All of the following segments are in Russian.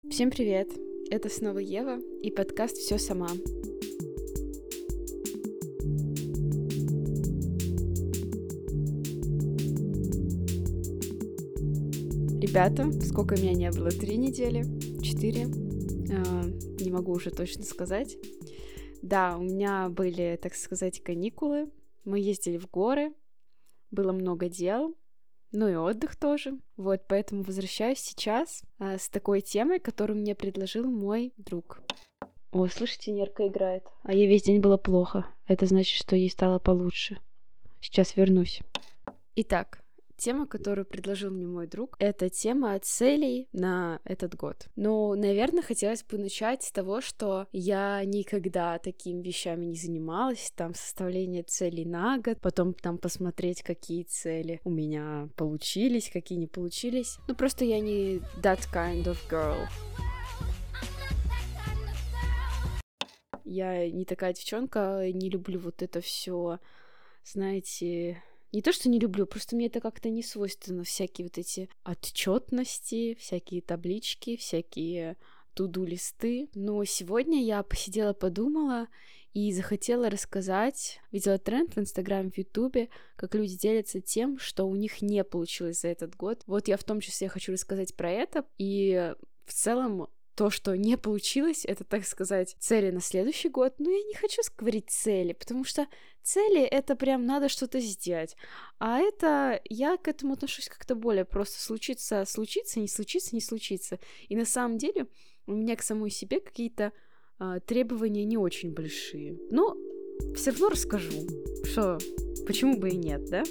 Всем привет! Это снова Ева и подкаст «Всё сама». Ребята, сколько меня не было? 3 недели? 4? Не могу уже точно сказать. Да, у меня были, так сказать, каникулы. Мы ездили в горы, было много дел, ну и отдых тоже. Вот, поэтому возвращаюсь сейчас с такой темой, которую мне предложил мой друг. О, слышите, нерка играет. А ей весь день было плохо. Это значит, что ей стало получше. Сейчас вернусь. Итак, тема, которую предложил мне мой друг, это тема целей на этот год. Ну, наверное, хотелось бы начать с того, что я никогда такими вещами не занималась, там, составление целей на год, потом там посмотреть, какие цели у меня получились, какие не получились. Ну, просто я не that kind of girl. Я не такая девчонка, не люблю вот это все, знаете, не то, что не люблю, просто мне это как-то не свойственно, всякие вот эти отчетности, всякие таблички, всякие туду-листы. Но сегодня я посидела, подумала и захотела рассказать, видела тренд в Инстаграме, в Ютубе, как люди делятся тем, что у них не получилось за этот год. Вот я в том числе хочу рассказать про это, и в целом то, что не получилось, это, так сказать, цели на следующий год. Но я не хочу говорить цели, потому что цели — это прям надо что-то сделать. А это я к этому отношусь как-то более просто случится, не случится, не случится. И на самом деле у меня к самой себе какие-то требования не очень большие. Но все равно расскажу, что почему бы и нет, да?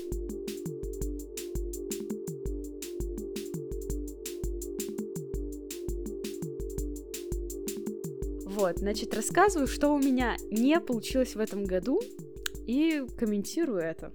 Вот, значит, рассказываю, что у меня не получилось в этом году, и комментирую это.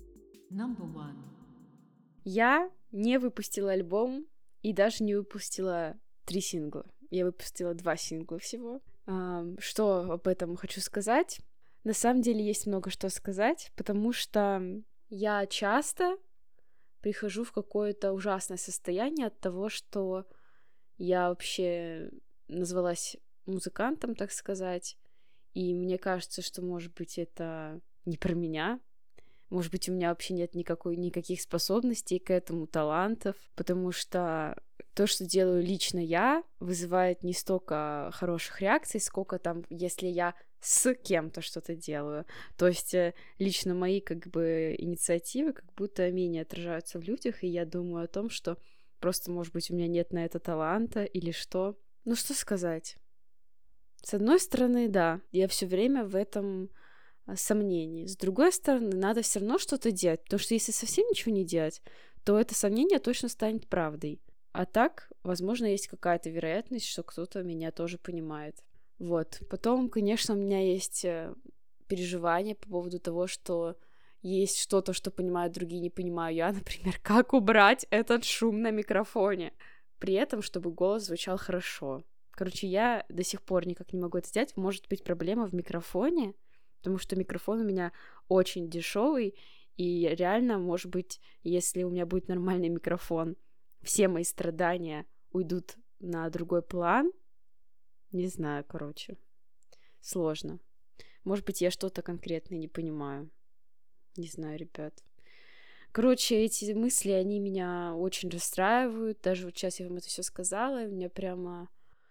Я не выпустила альбом и даже не выпустила 3 сингла. Я выпустила 2 сингла всего. Что об этом хочу сказать? На самом деле есть много что сказать, потому что я часто прихожу в какое-то ужасное состояние от того, что я вообще назвалась музыкантом, так сказать, и мне кажется, что, может быть, это не про меня, может быть, у меня вообще нет никаких способностей к этому, талантов, потому что то, что делаю лично я, вызывает не столько хороших реакций, сколько там, если я с кем-то что-то делаю. То есть лично мои как бы инициативы как будто менее отражаются в людях, и я думаю о том, что просто, может быть, у меня нет на это таланта или что. Ну, что сказать? С одной стороны, да, я все время в этом сомнении. С другой стороны, надо все равно что-то делать, потому что если совсем ничего не делать, то это сомнение точно станет правдой. А так, возможно, есть какая-то вероятность, что кто-то меня тоже понимает. Вот. Потом, конечно, у меня есть переживания по поводу того, что есть что-то, что понимают другие, не понимаю я. Например, как убрать этот шум на микрофоне, при этом, чтобы голос звучал хорошо. Короче, я до сих пор никак не могу это сделать. Может быть, проблема в микрофоне, потому что микрофон у меня очень дешевый, и реально, может быть, если у меня будет нормальный микрофон, все мои страдания уйдут на другой план. Не знаю, короче. Сложно. Может быть, я что-то конкретное не понимаю. Не знаю, ребят. Короче, эти мысли, они меня очень расстраивают. Даже вот сейчас я вам это все сказала, и у меня прямо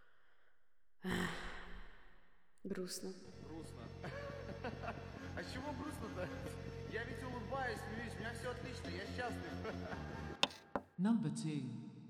грустно. Грустно. А чего грустно-то? Я ведь улыбаюсь, смеюсь, у меня все отлично, я счастлив. Number 2.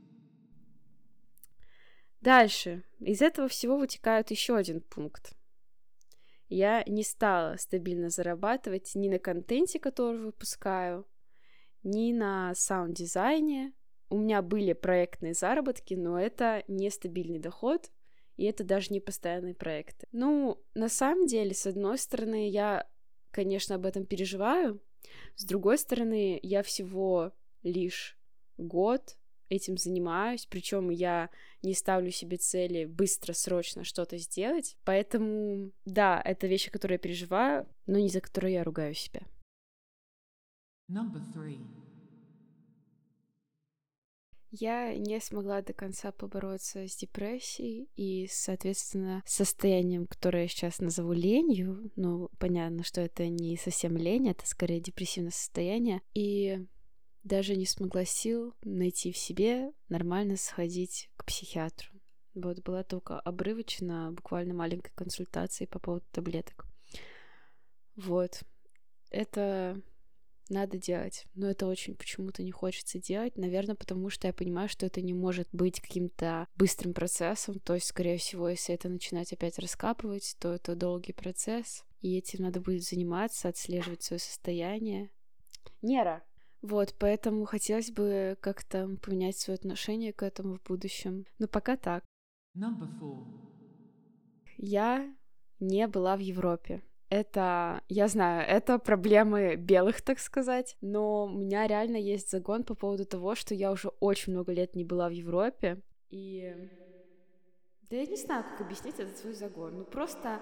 Дальше. Из этого всего вытекает еще один пункт. Я не стала стабильно зарабатывать ни на контенте, который выпускаю, ни на саунд-дизайне. У меня были проектные заработки, но это не стабильный доход, и это даже не постоянные проекты. Ну, на самом деле, с одной стороны, я, конечно, об этом переживаю, с другой стороны, я всего лишь год этим занимаюсь, причем я не ставлю себе цели быстро, срочно что-то сделать, поэтому, да, это вещи, которые я переживаю, но не за которые я ругаю себя. Number 3. Я не смогла до конца побороться с депрессией и, соответственно, с состоянием, которое я сейчас назову ленью. Ну, понятно, что это не совсем лень, это скорее депрессивное состояние. И даже не смогла сил найти в себе нормально сходить к психиатру. Вот была только обрывочно, буквально маленькая консультация по поводу таблеток. Вот. Это надо делать, но это очень почему-то не хочется делать, наверное, потому что я понимаю, что это не может быть каким-то быстрым процессом, то есть, скорее всего, если это начинать опять раскапывать, то это долгий процесс, и этим надо будет заниматься, отслеживать свое состояние. Нера! Вот, поэтому хотелось бы как-то поменять свое отношение к этому в будущем, но пока так. Number 4. Я не была в Европе. Это, я знаю, это проблемы белых, так сказать, но у меня реально есть загон по поводу того, что я уже очень много лет не была в Европе, и... Да я не знаю, как объяснить этот свой загон. Ну просто...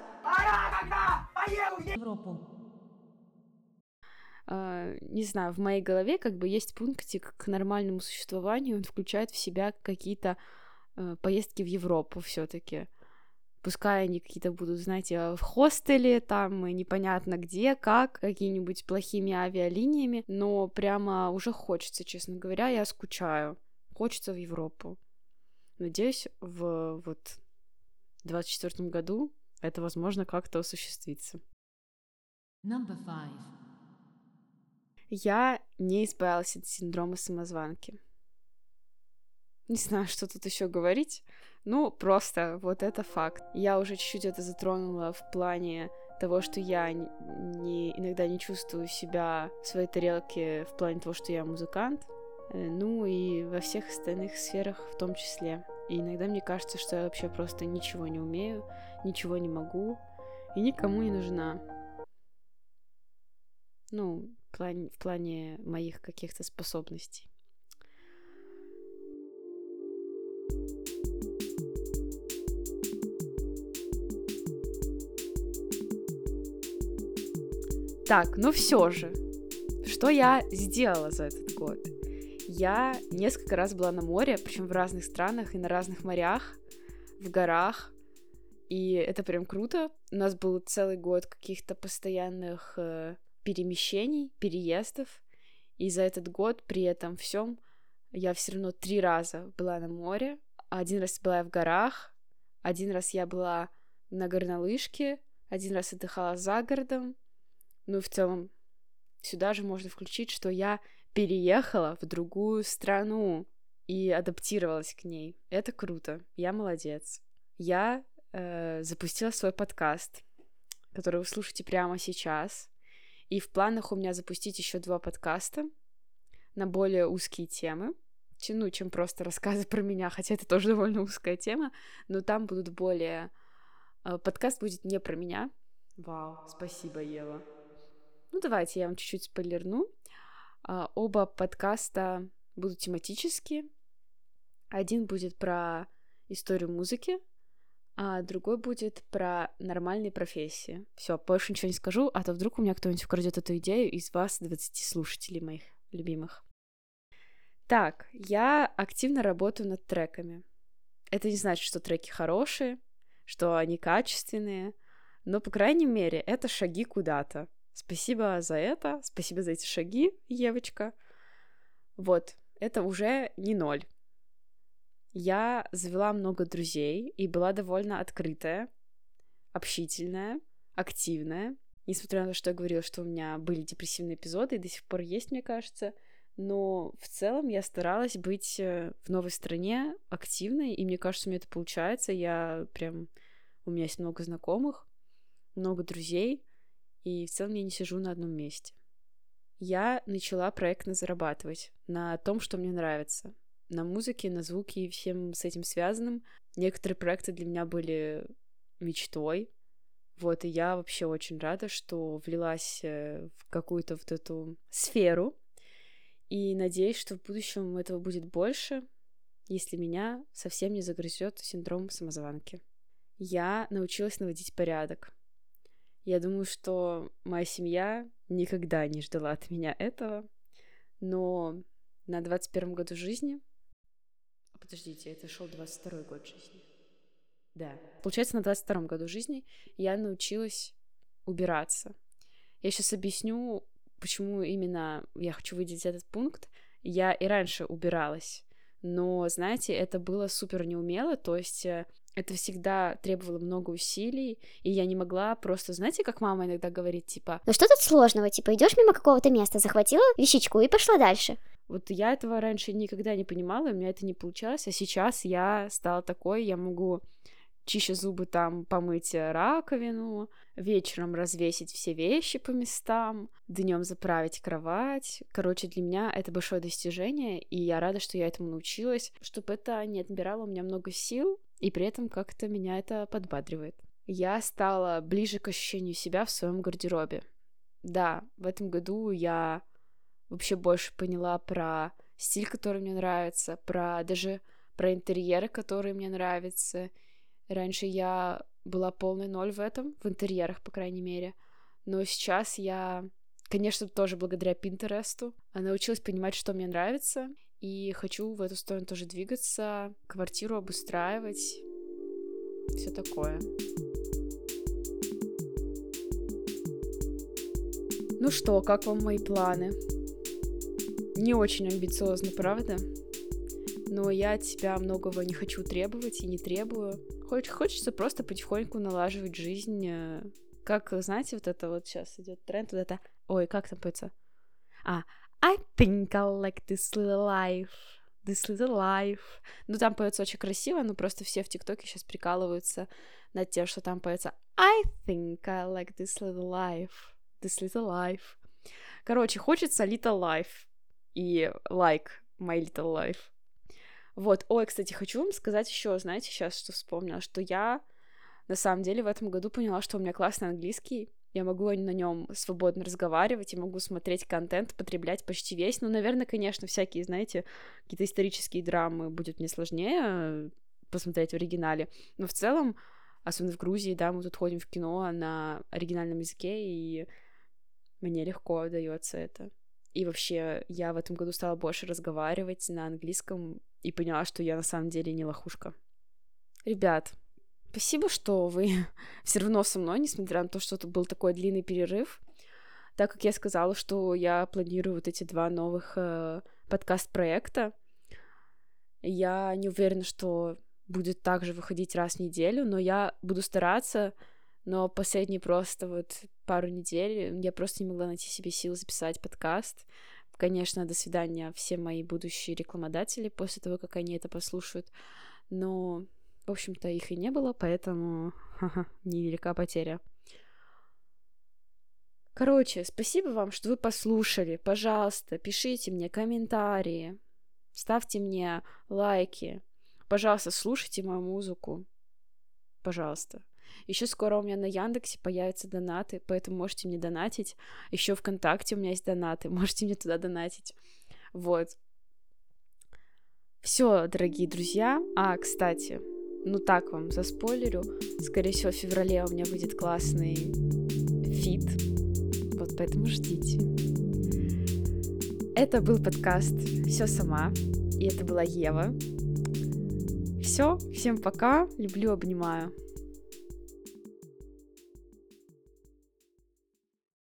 не знаю, в моей голове как бы есть пунктик к нормальному существованию, он включает в себя какие-то поездки в Европу все-таки. Пускай они какие-то будут, знаете, в хостеле, там непонятно где, как, какими-нибудь плохими авиалиниями, но прямо уже хочется, честно говоря, я скучаю. Хочется в Европу. Надеюсь, в 24 году это, возможно, как-то осуществится. Number 5. Я не избавилась от синдрома самозванки. Не знаю, что тут еще говорить. Ну, просто вот это факт. Я уже чуть-чуть это затронула в плане того, что я иногда не чувствую себя в своей тарелке в плане того, что я музыкант. Ну и во всех остальных сферах в том числе. И иногда мне кажется, что я вообще просто ничего не умею, ничего не могу и никому не нужна. Ну, в плане моих каких-то способностей. Так, ну все же, что я сделала за этот год? Я несколько раз была на море, причем в разных странах и на разных морях, в горах, и это прям круто. У нас был целый год каких-то постоянных перемещений, переездов, и за этот год при этом всем я все равно 3 раза была на море. 1 раз была я в горах, 1 раз я была на горнолыжке, 1 раз отдыхала за городом. Ну и в целом сюда же можно включить, что я переехала в другую страну и адаптировалась к ней. Это круто, я молодец. Я запустила свой подкаст, который вы слушаете прямо сейчас. И в планах у меня запустить еще 2 подкаста на более узкие темы, чем просто рассказы про меня, хотя это тоже довольно узкая тема, но там будут более... Подкаст будет не про меня. Вау, спасибо, Ева. Ну, давайте я вам чуть-чуть спойлерну. Оба подкаста будут тематические. Один будет про историю музыки, а другой будет про нормальные профессии. Все, больше ничего не скажу, а то вдруг у меня кто-нибудь украдет эту идею из вас, 20 слушателей моих любимых. Так, я активно работаю над треками. Это не значит, что треки хорошие, что они качественные, но, по крайней мере, это шаги куда-то. Спасибо за это, спасибо за эти шаги, Евочка. Вот, это уже не 0. Я завела много друзей и была довольно открытая, общительная, активная. Несмотря на то, что я говорила, что у меня были депрессивные эпизоды, и до сих пор есть, мне кажется. Но в целом я старалась быть в новой стране активной, и мне кажется, у меня это получается. У меня есть много знакомых, много друзей, и в целом я не сижу на одном месте. Я начала проектно зарабатывать на том, что мне нравится. На музыке, на звуке и всем с этим связанным. Некоторые проекты для меня были мечтой. Вот, и я вообще очень рада, что влилась в какую-то вот эту сферу. И надеюсь, что в будущем этого будет больше, если меня совсем не загрызет синдром самозванки. Я научилась наводить порядок. Я думаю, что моя семья никогда не ждала от меня этого, но на 21 году жизни Подождите, это шел 22-й год жизни. Да. Получается, на 22-м году жизни я научилась убираться. Я сейчас объясню, почему именно я хочу выделить этот пункт. Я и раньше убиралась, но, знаете, это было супер неумело, то есть это всегда требовало много усилий, и я не могла просто, знаете, как мама иногда говорит, типа... Ну что тут сложного, типа идешь мимо какого-то места, захватила вещичку и пошла дальше. Вот я этого раньше никогда не понимала, у меня это не получалось, а сейчас я стала такой, я могу чища зубы там помыть раковину, вечером развесить все вещи по местам, днем заправить кровать. Короче, для меня это большое достижение, и я рада, что я этому научилась, чтобы это не отбирало у меня много сил, и при этом как-то меня это подбадривает. Я стала ближе к ощущению себя в своем гардеробе. Да, в этом году я вообще больше поняла про стиль, который мне нравится, даже про интерьеры, которые мне нравятся. Раньше я была полный ноль в этом, в интерьерах, по крайней мере. Но сейчас я, конечно, тоже благодаря Пинтересту научилась понимать, что мне нравится. И хочу в эту сторону тоже двигаться, квартиру обустраивать, все такое. Ну что, как вам мои планы? Не очень амбициозно, правда? Но я от себя многого не хочу требовать и не требую. Хочется просто потихоньку налаживать жизнь. Как, знаете, вот это вот сейчас идет тренд, вот это... Ой, как там поется? I think I like this little life. Ну, там поется очень красиво, но просто все в ТикТоке сейчас прикалываются над тем, что там поется I think I like this little life. Короче, хочется little life и like my little life. Вот, ой, кстати, хочу вам сказать еще, знаете, сейчас что вспомнила, что я на самом деле в этом году поняла, что у меня классный английский, я могу на нем свободно разговаривать, я могу смотреть контент, потреблять почти весь, ну, наверное, конечно, всякие, знаете, какие-то исторические драмы будет мне сложнее посмотреть в оригинале, но в целом, особенно в Грузии, да, мы тут ходим в кино на оригинальном языке, и мне легко дается это. И вообще, я в этом году стала больше разговаривать на английском и поняла, что я на самом деле не лохушка. Ребят, спасибо, что вы все равно со мной, несмотря на то, что это был такой длинный перерыв. Так как я сказала, что я планирую вот эти 2 новых подкаст-проекта, я не уверена, что будет также выходить раз в неделю, но я буду стараться, но последние просто вот пару недель я просто не могла найти себе сил записать подкаст. Конечно, до свидания все мои будущие рекламодатели после того, как они это послушают, но, в общем-то, их и не было, поэтому невелика потеря. Короче, спасибо вам, что вы послушали. Пожалуйста, пишите мне комментарии, ставьте мне лайки. Пожалуйста, слушайте мою музыку. Пожалуйста. Еще скоро у меня на Яндексе появятся донаты, поэтому можете мне донатить. Еще ВКонтакте у меня есть донаты, можете мне туда донатить. Вот. Все, дорогие друзья. Кстати, ну так вам заспойлерю. Скорее всего, в феврале у меня выйдет классный фит. Вот поэтому ждите. Это был подкаст «Все сама». И это была Ева. Все, всем пока. Люблю, обнимаю.